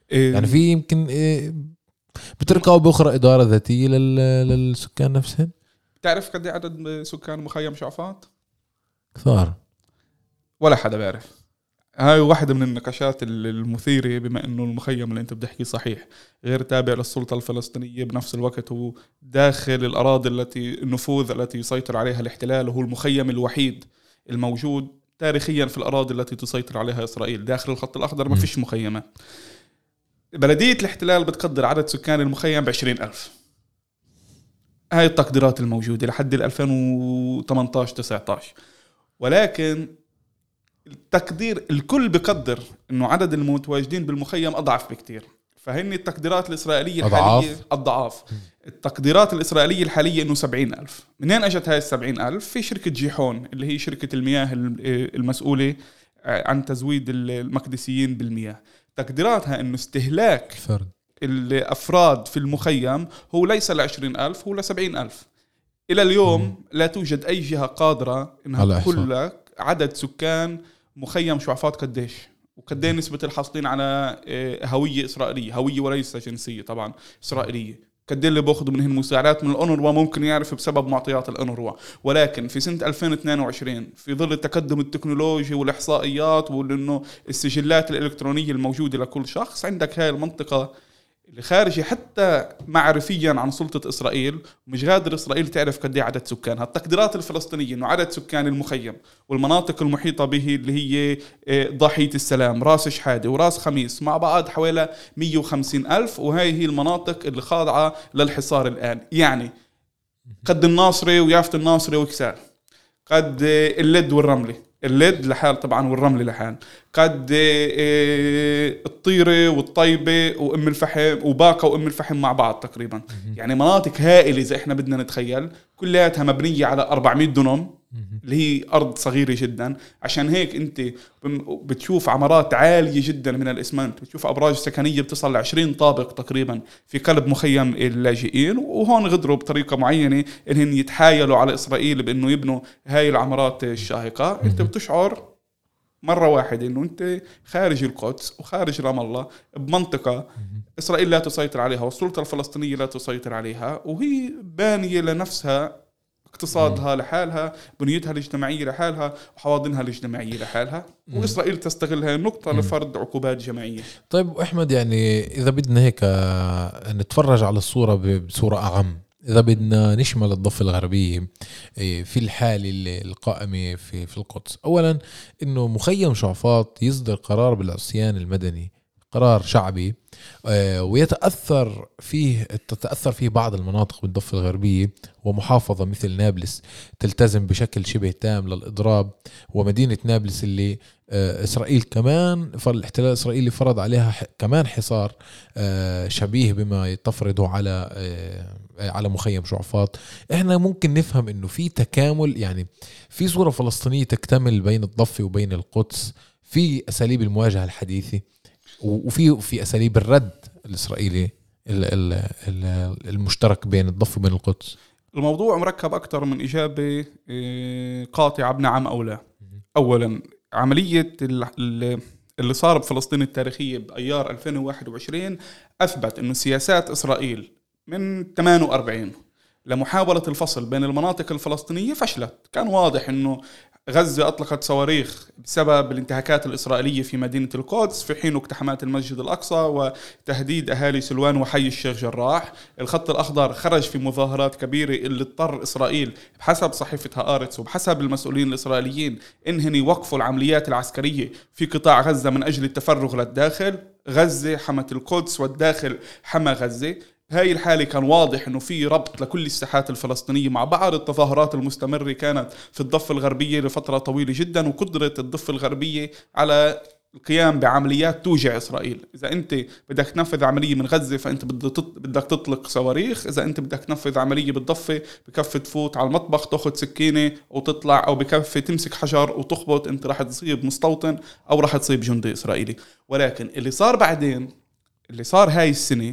إيه يعني في يمكن إيه بطريقة أو بأخرى إدارة ذاتية لل- للسكان نفسهم. تعرف قد إيه عدد سكان مخيم شعفاط؟ كثار. ولا حدا بيعرف. هاي واحدة من النقاشات المثيرة، بما انه المخيم اللي انت بتحكي صحيح غير تابع للسلطة الفلسطينية، بنفس الوقت هو داخل الأراضي التي النفوذ التي يسيطر عليها الاحتلال، وهو المخيم الوحيد الموجود تاريخيا في الأراضي التي تسيطر عليها إسرائيل. داخل الخط الأخضر ما فيش مخيمات. بلدية الاحتلال بتقدر عدد سكان المخيم بعشرين ألف. هاي التقديرات الموجودة لحد ألفين وثمانية عشر تسعة عشر. ولكن التقدير الكل بقدر انه عدد المتواجدين بالمخيم اضعف بكتير. فهن التقديرات الاسرائيليه الحاليه اضعاف. التقديرات الاسرائيليه الحاليه انه سبعين ألف. منين اجت هاي السبعين ألف؟ في شركه جيحون اللي هي شركه المياه المسؤوله عن تزويد المقدسيين بالمياه، تقديراتها انه استهلاك فرد الافراد في المخيم هو ليس لعشرين ألف، هو لسبعين ألف. الى اليوم م. لا توجد اي جهه قادره انها تقول لك عدد سكان مخيم شعفاط قديش وقديه نسبة الحاصلين على هوية إسرائيلية، هوية وليس جنسية طبعا إسرائيلية. قديه اللي بأخذوا منهن مساعدات من الأونروا ممكن يعرف بسبب معطيات الأونروا. ولكن في سنة ألفين واثنين وعشرين في ظل التقدم التكنولوجي والإحصائيات وإنه السجلات الإلكترونية الموجودة لكل شخص، عندك هاي المنطقة اللي خارجي حتى معرفيا عن سلطة إسرائيل، مش قادر إسرائيل تعرف قد ايه عدد سكانها. التقديرات الفلسطينية إنه عدد سكان المخيم والمناطق المحيطة به اللي هي ضاحية السلام، راس شحادة وراس خميس مع بعض حوالي مية وخمسين ألف، وهي هي المناطق اللي خاضعة للحصار الآن. يعني قد الناصري ويافت الناصري وكسال، قد اللد والرملة، اللد لحال طبعا والرمل لحال، قد الطيرة والطيبة وأم الفحم وباقة وأم الفحم مع بعض تقريبا. يعني مناطق هائلة إذا إحنا بدنا نتخيل، كلها مبنية على أربعمية دونم اللي هي أرض صغيرة جدا. عشان هيك أنت بتشوف عمارات عالية جدا من الإسمنت، بتشوف أبراج سكنية بتصل لعشرين طابق تقريبا في قلب مخيم اللاجئين. وهون غدروا بطريقة معينة إنهم يتحايلوا على إسرائيل بأنه يبنوا هاي العمارات الشاهقة. أنت بتشعر مرة واحدة إنه أنت خارج القدس وخارج رام الله بمنطقة إسرائيل لا تسيطر عليها والسلطة الفلسطينية لا تسيطر عليها، وهي بانية لنفسها اقتصادها لحالها، بنيتها الاجتماعية لحالها، وحواضنها الاجتماعية لحالها، وإسرائيل تستغل هاي النقطة لفرض عقوبات جماعية. طيب أحمد، يعني إذا بدنا هيك نتفرج على الصورة بصورة أعم، إذا بدنا نشمل الضفة الغربية في الحالة القائمة في في القدس، أولا إنه مخيم شعفاط يصدر قرار بالعصيان المدني، قرار شعبي، ويتأثر فيه تتأثر فيه بعض المناطق بالضفة الغربية، ومحافظة مثل نابلس تلتزم بشكل شبه تام للإضراب، ومدينة نابلس اللي إسرائيل كمان الاحتلال الإسرائيلي فرض عليها كمان حصار شبيه بما تفرضه على على مخيم شعفاط. احنا ممكن نفهم انه في تكامل، يعني في صورة فلسطينية تكتمل بين الضفة وبين القدس في أساليب المواجهة الحديثة، وفي في أساليب الرد الإسرائيلي المشترك بين الضفة وبين القدس. الموضوع مركب أكتر من إجابة قاطعة بنعم أو لا. أولا، عملية اللي صار بفلسطين التاريخية بأيار ألفين وواحد وعشرين أثبت أنه سياسات إسرائيل من ثمانية وأربعين لمحاولة الفصل بين المناطق الفلسطينية فشلت. كان واضح أنه غزة أطلقت صواريخ بسبب الانتهاكات الإسرائيلية في مدينة القدس، في حين اقتحامات المسجد الأقصى وتهديد أهالي سلوان وحي الشيخ جراح. الخط الأخضر خرج في مظاهرات كبيرة اللي اضطر إسرائيل بحسب صحيفة هآرتس وبحسب المسؤولين الإسرائيليين إنهم يوقفوا العمليات العسكرية في قطاع غزة من أجل التفرغ للداخل. غزة حمت القدس والداخل حمى غزة. هاي الحالة كان واضح أنه في ربط لكل الساحات الفلسطينية مع بعض. التظاهرات المستمرة كانت في الضفة الغربية لفترة طويلة جدا، وقدرة الضفة الغربية على القيام بعمليات توجع إسرائيل. إذا أنت بدك تنفذ عملية من غزة فأنت بدك تطلق صواريخ، إذا أنت بدك تنفذ عملية بالضفة بكفة تفوت على المطبخ تأخذ سكينة وتطلع، أو بكفة تمسك حجر وتخبط، أنت راح تصيب مستوطن أو راح تصيب جندي إسرائيلي. ولكن اللي صار بعدين، اللي صار هاي السنة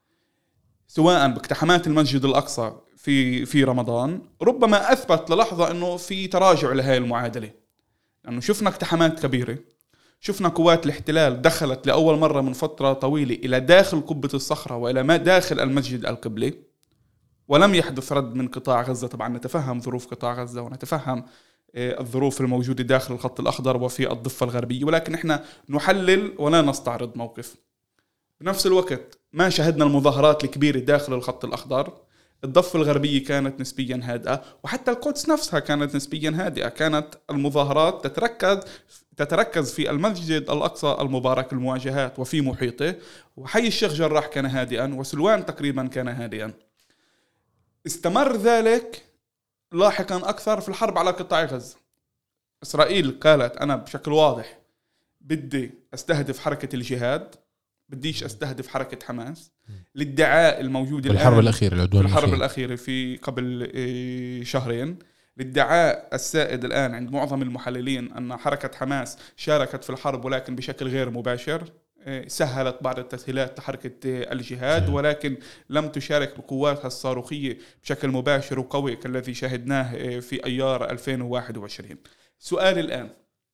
سواء باقتحامات المسجد الأقصى في في رمضان، ربما أثبت للحظة أنه في تراجع لهذه المعادلة، لأنه شفنا اقتحامات كبيرة، شفنا قوات الاحتلال دخلت لأول مرة من فترة طويلة إلى داخل قبة الصخرة وإلى ما داخل المسجد القبلي، ولم يحدث رد من قطاع غزة. طبعا نتفهم ظروف قطاع غزة ونتفهم الظروف الموجودة داخل الخط الأخضر وفي الضفة الغربية، ولكن إحنا نحلل ولا نستعرض موقف. بنفس الوقت ما شهدنا المظاهرات الكبيرة داخل الخط الأخضر، الضفة الغربية كانت نسبيا هادئة، وحتى القدس نفسها كانت نسبيا هادئة. كانت المظاهرات تتركز تتركز في المسجد الأقصى المبارك المواجهات وفي محيطه، وحي الشيخ جراح كان هادئا، وسلوان تقريبا كان هادئا. استمر ذلك لاحقا أكثر في الحرب على قطاع غزة. إسرائيل قالت أنا بشكل واضح بدي أستهدف حركة الجهاد، بديش أستهدف حركة حماس. الادعاء الموجود الآن الحرب الأخيرة العدوان في الحرب الأخير. الأخيرة في قبل شهرين، الادعاء السائد الآن عند معظم المحللين أن حركة حماس شاركت في الحرب ولكن بشكل غير مباشر، سهلت بعض التسهيلات لحركة الجهاد ولكن لم تشارك بقواتها الصاروخية بشكل مباشر وقوي كالذي شاهدناه في أيار ألفين وواحد وعشرين. سؤال الآن،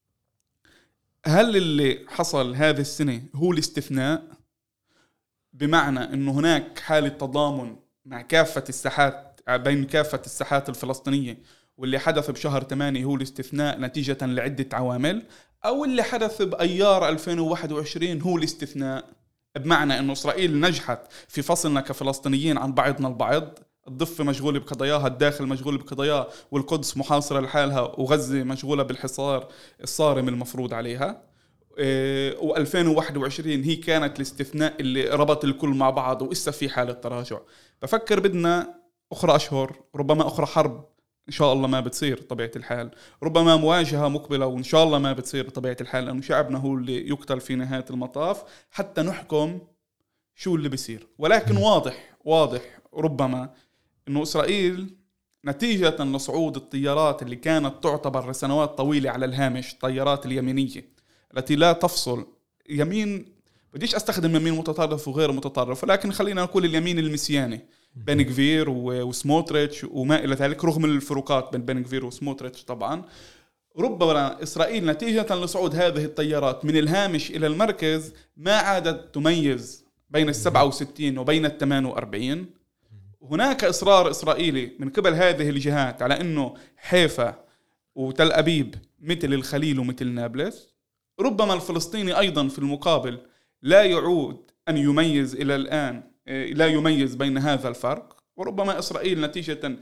هل اللي حصل هذه السنة هو الاستثناء، بمعنى أنه هناك حالة تضامن مع كافة الساحات بين كافة الساحات الفلسطينية، واللي حدث بشهر ثمانية هو الاستثناء نتيجة لعدة عوامل، أو اللي حدث بأيار ألفين وواحد وعشرين هو الاستثناء، بمعنى أنه إسرائيل نجحت في فصلنا كفلسطينيين عن بعضنا البعض، الضفة مشغولة بقضاياها، الداخل مشغول بقضاياه، والقدس محاصرة لحالها، وغزة مشغولة بالحصار الصارم المفروض عليها. و2021 هي كانت الاستثناء اللي ربط الكل مع بعض، وإسا في حالة تراجع. بفكر بدنا أخرى أشهر، ربما أخرى حرب إن شاء الله ما بتصير طبيعة الحال، ربما مواجهة مقبلة وإن شاء الله ما بتصير طبيعة الحال، لأنه شعبنا هو اللي يقتل في نهاية المطاف حتى نحكم شو اللي بيصير. ولكن واضح واضح ربما إنه إسرائيل نتيجة لصعود الطيارات اللي كانت تعتبر لسنوات طويلة على الهامش، الطيارات اليمينية التي لا تفصل يمين، بديش أستخدم يمين متطرف وغير متطرف، ولكن خلينا نقول اليمين المسياني بين غفير وسموتريتش وما إلى ذلك، رغم الفروقات بين بين غفير وسموتريتش طبعا. ربما إسرائيل نتيجة لصعود هذه الطيارات من الهامش إلى المركز ما عادت تميز بين السبعة وستين وبين الثمان وأربعين. هناك إصرار إسرائيلي من قبل هذه الجهات على أنه حيفا وتل أبيب مثل الخليل ومثل نابلس. ربما الفلسطيني أيضا في المقابل لا يعود أن يميز إلى الآن، لا يميز بين هذا الفرق. وربما إسرائيل نتيجة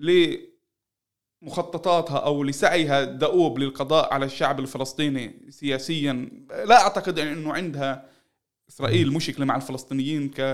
لمخططاتها أو لسعيها الدؤوب للقضاء على الشعب الفلسطيني سياسيا، لا أعتقد أنه عندها إسرائيل مشكلة مع الفلسطينيين ك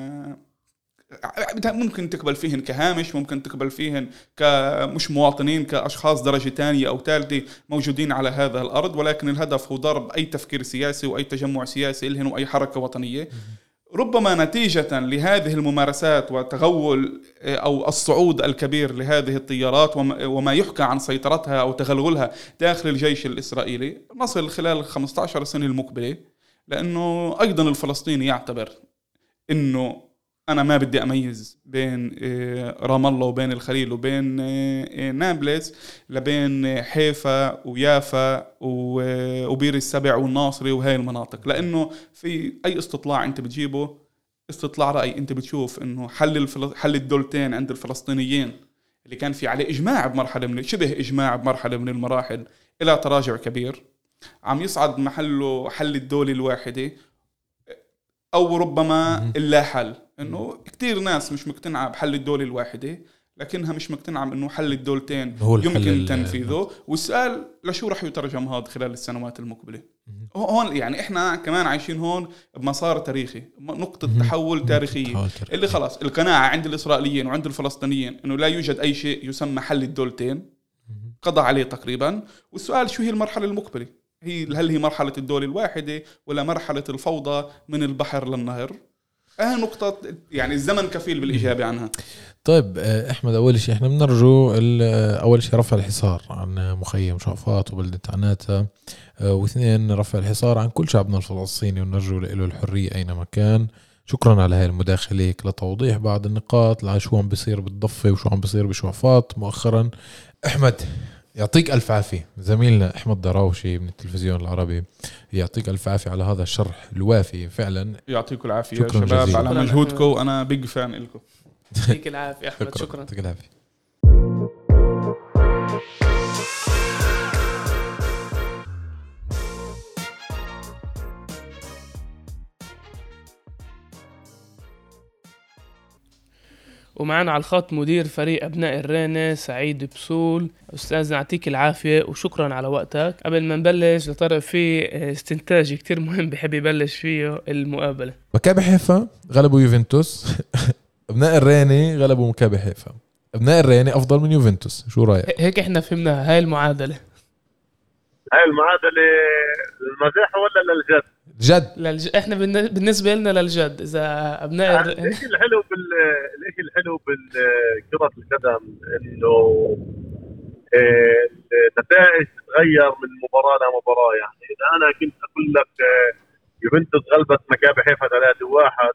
ممكن تقبل فيهن كهامش، ممكن تقبل فيهن كمش مواطنين، كأشخاص درجة ثانية أو ثالثة موجودين على هذا الأرض، ولكن الهدف هو ضرب أي تفكير سياسي وأي تجمع سياسي لهن وأي حركة وطنية. ربما نتيجة لهذه الممارسات وتغول أو الصعود الكبير لهذه الطيارات وما يحكى عن سيطرتها أو تغلغلها داخل الجيش الإسرائيلي، نصل خلال خمسة عشر سنة المقبلة، لأنه أيضا الفلسطيني يعتبر أنه أنا ما بدي أميز بين رام الله وبين الخليل وبين نابلس لبين حيفا ويافا وبير السبع والناصري وهاي المناطق، لأنه في أي استطلاع أنت بتجيبه استطلاع رأي أنت بتشوف أنه حل الفل... حل الدولتين عند الفلسطينيين اللي كان في عليه إجماع بمرحلة من شبه إجماع بمرحلة من المراحل إلى تراجع كبير، عم يصعد محله حل الدولة الواحدة أو ربما اللا حل. إنه كتير ناس مش مقتنعة بحل الدولة الواحدة، لكنها مش مقتنعة إنه حل الدولتين يمكن تنفيذه. والسؤال لشو رح يترجم هذا خلال السنوات المقبلة؟ هون يعني إحنا كمان عايشين هون بمسار تاريخي، نقطة تحول تاريخية اللي خلاص القناعة عند الإسرائيليين وعند الفلسطينيين إنه لا يوجد أي شيء يسمى حل الدولتين، قضى عليه تقريبا. والسؤال شو هي المرحلة المقبلة؟ هي هل هي مرحلة الدولة الواحدة ولا مرحلة الفوضى من البحر للنهر؟ اه نقطة يعني الزمن كفيل بالإجابة عنها. طيب أحمد، أول شيء إحنا بنرجو أول شيء رفع الحصار عن مخيم شرفات وبلدة عناتها، واثنين رفع الحصار عن كل شعبنا الفلسطيني ونرجو له الحرية أينما كان. شكرا على هاي المداخلة لتوضيح بعض النقاط على شو عم بيصير بالضفة وشو عم بيصير بشرفات مؤخرا. أحمد، يعطيك ألف عافية زميلنا أحمد دراوشي من التلفزيون العربي، يعطيك ألف عافية على هذا الشرح الوافي فعلا. يعطيكم العافية شكراً شباب جزيلاً. على شكراً مجهودكم، أحمد. أنا بيج فان لكم. يعطيك العافية أحمد، شكرا. يعطيك العافية. ومعنا على الخط مدير فريق أبناء الرينة سعيد بسول. أستاذ يعطيك العافية وشكرا على وقتك. قبل ما نبلش لطرق في استنتاج كتير مهم بحب يبلش فيه المقابلة. مكابي حيفا غلبوا يوفنتوس أبناء الرينة غلبوا مكابي حيفا. أبناء الرينة أفضل من يوفنتوس، شو رأيك؟ هيك إحنا فهمناها هاي المعادلة. هاي المعادلة المزاح ولا للجد؟ جد. للج... إحنا بالن- بالنسبة لنا للجد. إذا أبناء الر... الشيء الحلو بال الشيء الحلو بالكرة القدم انه آه، النتائج تتغير من مباراة لمباراة. يعني اذا انا كنت اقول لك آه، يوفنتوس غلبت مكابي حيفا ثلاثة واحد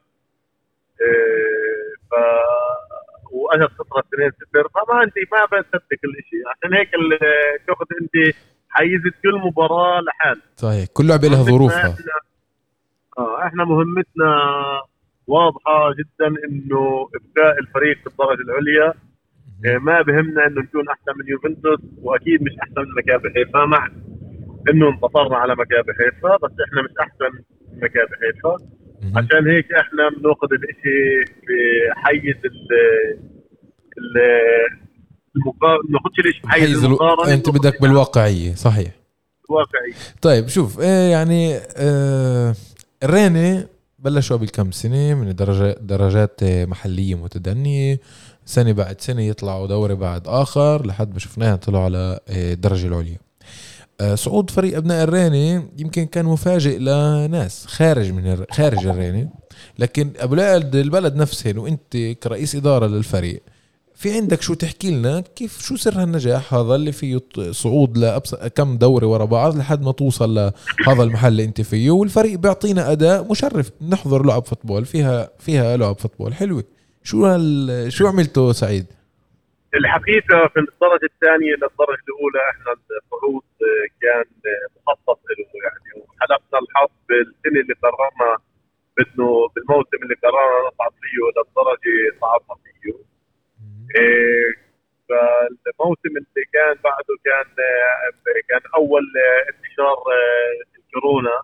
ف واجت خسرت اثنين صفر، فما عندي ما بصدق الشيء. عشان هيك ال- تاخذ انت حيزت كل مباراة لحال. صحيح، كل لعبة لها ظروفها. احنا اه احنا مهمتنا واضحة جدا انه ابقاء الفريق في الدرجة العليا. إيه، ما بهمنا انه نكون احسن من يوفنتوس، واكيد مش احسن من مكابي حيفا، مع انه انتصرنا على مكابي حيفا، بس احنا مش احسن من مكابي حيفا. عشان هيك احنا بناخذ الاشي بحيز ال ال المقارنة، ما ناخذش الاشي بحيز حيز الو... المقارنة. انت بدك بالواقعية. صحيح واقعي. طيب شوف إيه يعني آه الرينة بلشوا قبل كم سنة من درجة درجات محلية متدنية، سنة بعد سنة يطلعوا دوري بعد آخر لحد ما شفناها طلعوا على الدرجة العليا. آه صعود فريق أبناء الرينة يمكن كان مفاجئ لناس خارج من خارج الرينة، لكن أبو لعد البلد نفسهن وأنت كرئيس إدارة للفريق في عندك شو تحكي لنا كيف شو سر هالنجاح هذا اللي فيه صعود لأبس كم دوري ورا بعض لحد ما توصل لهذا المحل اللي انت فيه، والفريق بيعطينا أداء مشرف نحضر لعب فوتبول فيها فيها لعب فوتبول حلوة. شو هال شو عملته سعيد؟ الحقيقة في الدرجة الثانية للدرجة الأولى احنا الصعود كان مخطط له يعني، وحلفنا الحظ بالسنة اللي قررنا انه بالموسم اللي قررنا نصعد فيه للدرجة صعدنا فيه. إيه فالموسم اللي كان بعده كان كان اول انتشار الكورونا،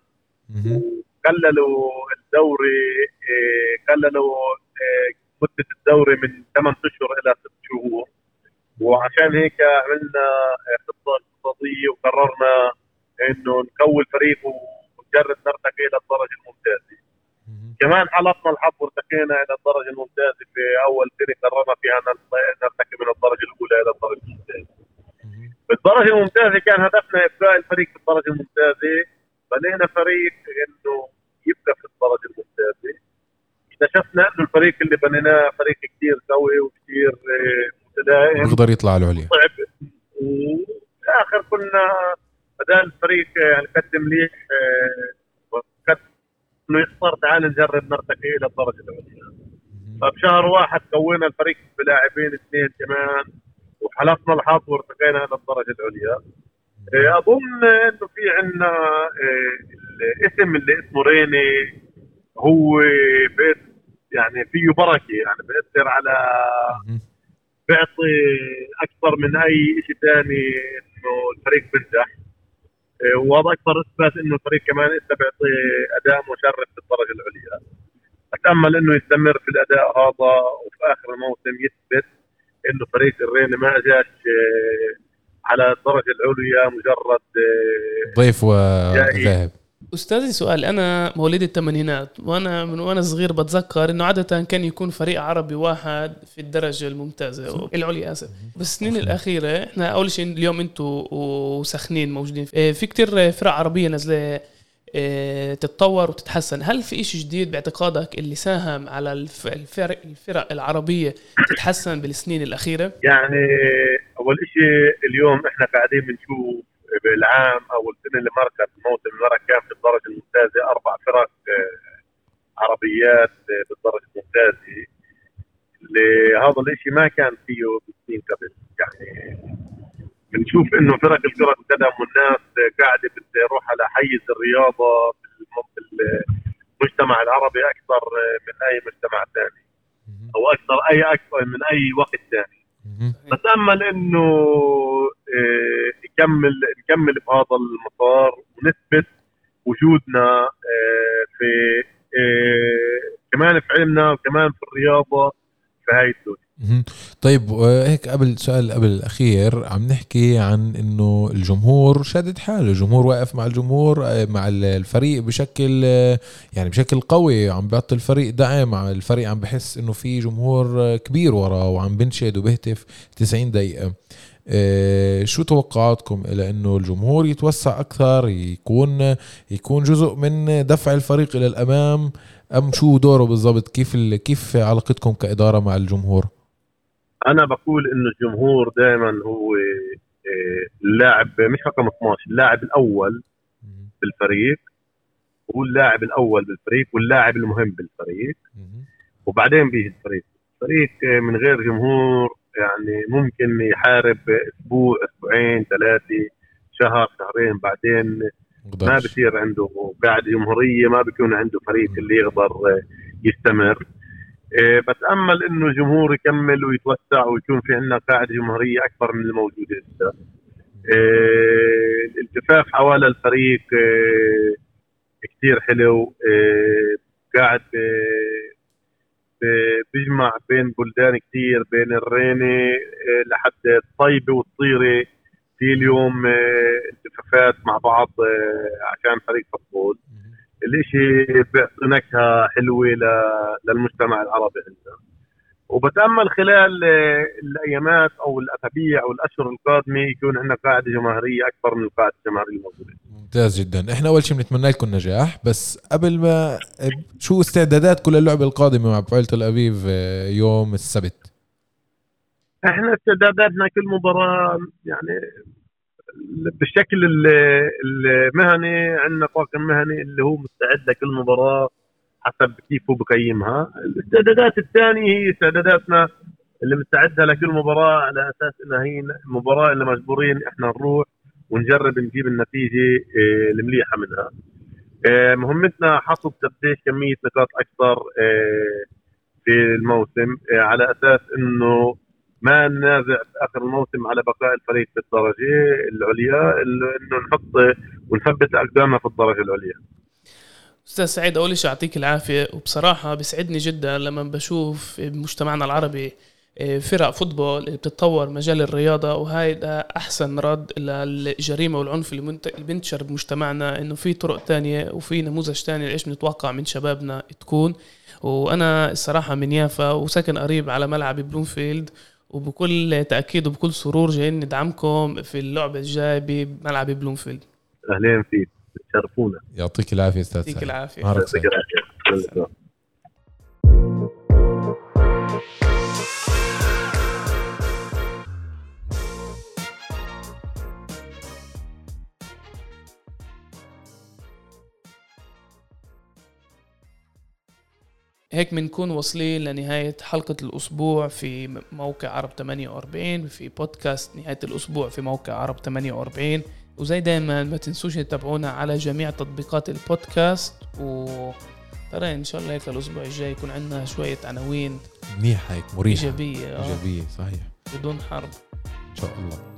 وقللوا الدوري قللوا مدة الدوري من ثمانية اشهر الى ست شهور، وعشان هيك عملنا خطة اقتصادية وقررنا انه نكون فريق ونجرب نرتقي الى الدرجة الممتازة. كمان حلفنا الحظ وارتقينا الى الدرجه الممتازه في اول سنه قررنا فيها نرتقي من الدرجه الاولى الى الدرجه الممتازه. في الدرجه الممتازه كان هدفنا ابقاء الفريق في الدرجه الممتازه، بنينا فريق انه يبقى في الدرجه الممتازه. اكتشفنا انه الفريق اللي بنيناه فريق كثير قوي وكثير متدائم بيقدر يطلع العليا. وفي الاخر كنا بدال الفريق نقدم مليح انه يخسر تعال نجرب نرتقي الى الدرجه العليا. فبشهر واحد كونا الفريق بلاعبين اثنين كمان وحلفنا الحظ وارتقينا الى الدرجه العليا. اظن انه في عندنا الاسم اللي اسمه ريني هو بيت يعني فيه بركه، يعني بيأثر على بيعطي اكثر من اي شيء ثاني انه الفريق بينجح، وهذا اكبر اثبات انه الفريق كمان لسه بيعطي اداء مشرف في الدرجه العليا. اتامل انه يستمر في الاداء هذا وفي اخر الموسم يثبت انه فريق الرينة ما اجاش على الدرجه العليا مجرد ضيف وذاهب. أستاذي سؤال، أنا مواليد الثمانينات وأنا من وأنا صغير بتذكر إنه عادة كان يكون فريق عربي واحد في الدرجة الممتازة العليا آسف. بالسنين الأخيرة إحنا أول شيء اليوم أنتوا وسخنين موجودين في كتير فرق عربية نزلة تتطور وتتحسن. هل في إشي جديد باعتقادك اللي ساهم على الفرق الفرق العربية تتحسن بالسنين الأخيرة؟ يعني أول إشي اليوم إحنا قاعدين بنشوف بالعام أو السنة اللي مرت الموسم اللي مرت كان في الدرجة الممتازة أربع فرق عربيات بالدرجة الممتازة، اللي هذا الإشي ما كان فيه بسنين قبل. يعني بنشوف انه فرق الكرة القدم والناس قاعدة بتروح على حيز الرياضة في المجتمع العربي اكثر من اي مجتمع ثاني او اكثر اي اكثر من اي وقت ثاني. بتأمل انه نكمل نكمل بهذا المسار ونثبت وجودنا في كمان في علمنا وكمان في الرياضة في هاي الدنيا. طيب هيك قبل سؤال قبل الأخير عم نحكي عن إنه الجمهور شادد حاله، الجمهور واقف مع الجمهور مع الفريق بشكل يعني بشكل قوي، عم بيعطي الفريق دعم، الفريق عم بحس إنه في جمهور كبير وراه وعم بنشد وبهتف تسعين دقيقة. إيه شو توقعاتكم إلى إنه الجمهور يتوسع أكثر، يكون يكون جزء من دفع الفريق إلى الأمام، أم شو دوره بالضبط؟ كيف كيف علاقتكم كإدارة مع الجمهور؟ أنا بقول إنه الجمهور دائما هو اللاعب مش رقم اثناشر، اللاعب الأول بالفريق، هو اللاعب الأول بالفريق واللاعب المهم بالفريق، وبعدين بيجي الفريق. الفريق من غير جمهور يعني ممكن يحارب أسبوع أسبوعين ثلاثة شهر شهرين، بعدين ما بصير عنده قاعدة جمهورية، ما بيكون عنده فريق اللي يقدر يستمر. إيه بتأمل إنه الجمهور يكمل ويتوسع ويكون في عندنا قاعدة جمهورية أكبر من الموجودة هسه. إيه الالتفاف حوالي الفريق إيه كتير حلو، إيه قاعد إيه بيجمع بين بلدان كتير، بين الرينة إيه لحد الطيبة والطيرة في اليوم إيه التفافات مع بعض إيه عشان فريق فوتبول. الاشي بيعطي نكهة حلوة للمجتمع العربي عندنا. وبتأمل خلال الأيامات أو الأسابيع أو الأشهر القادمة يكون عندنا قاعدة جماهيرية أكبر من القاعدة الجماهيرية الموجودة. ممتاز جدا. إحنا أول شيء بنتمنى لكم نجاح، بس قبل ما شو استعداداتكم للعبة القادمة مع بفعل تل أبيب يوم السبت؟ إحنا استعداداتنا كل مباراة يعني بالشكل المهني، عندنا طاقم مهني اللي هو مستعد لكل مباراة حسب كيف هو بقيمها. الاستعدادات الثانية هي استعداداتنا اللي مستعدة لكل مباراة على أساس إنها هي المباراة اللي مجبورين إحنا نروح ونجرب نجيب النتيجة المليحة منها. مهمتنا حصد قديش كمية نقاط أكثر في الموسم على أساس إنه ما ننازع في آخر الموسم على بقاء الفريق في الدرجة العليا، إنه نحط ونثبت أقدامنا في الدرجة العليا. أستاذ سعيد، أول شيء أعطيك العافية، وبصراحة بيسعدني جدا لما بشوف بمجتمعنا العربي فرق فوتبول بتتطور مجال الرياضة، وهاي أحسن رد للجريمة والعنف اللي بنتشر بمجتمعنا، إنه في طرق تانية وفي نموذج تاني لإيش بنتوقع من شبابنا تكون. وأنا الصراحة من يافا وساكن قريب على ملعب بلومفيلد، وبكل تأكيد وبكل سرور جايين ندعمكم في اللعبة الجاية بملعب بلومفيلد. أهلين فيك، تشرفونا. يعطيك العافية أستاذ. يعطيك العافية. يعطيك العافية. هيك بنكون واصلين لنهاية حلقة الأسبوع في موقع عرب ثمانية وأربعين، في بودكاست نهاية الأسبوع في موقع عرب ثمانية وأربعين. وزي دايما ما تنسوش تتابعونا على جميع تطبيقات البودكاست، وترى إن شاء الله هيك الأسبوع الجاي يكون عندنا شوية عناوين منيحة هيك مريحة إيجابية إيجابية صحيح بدون حرب إن شاء الله.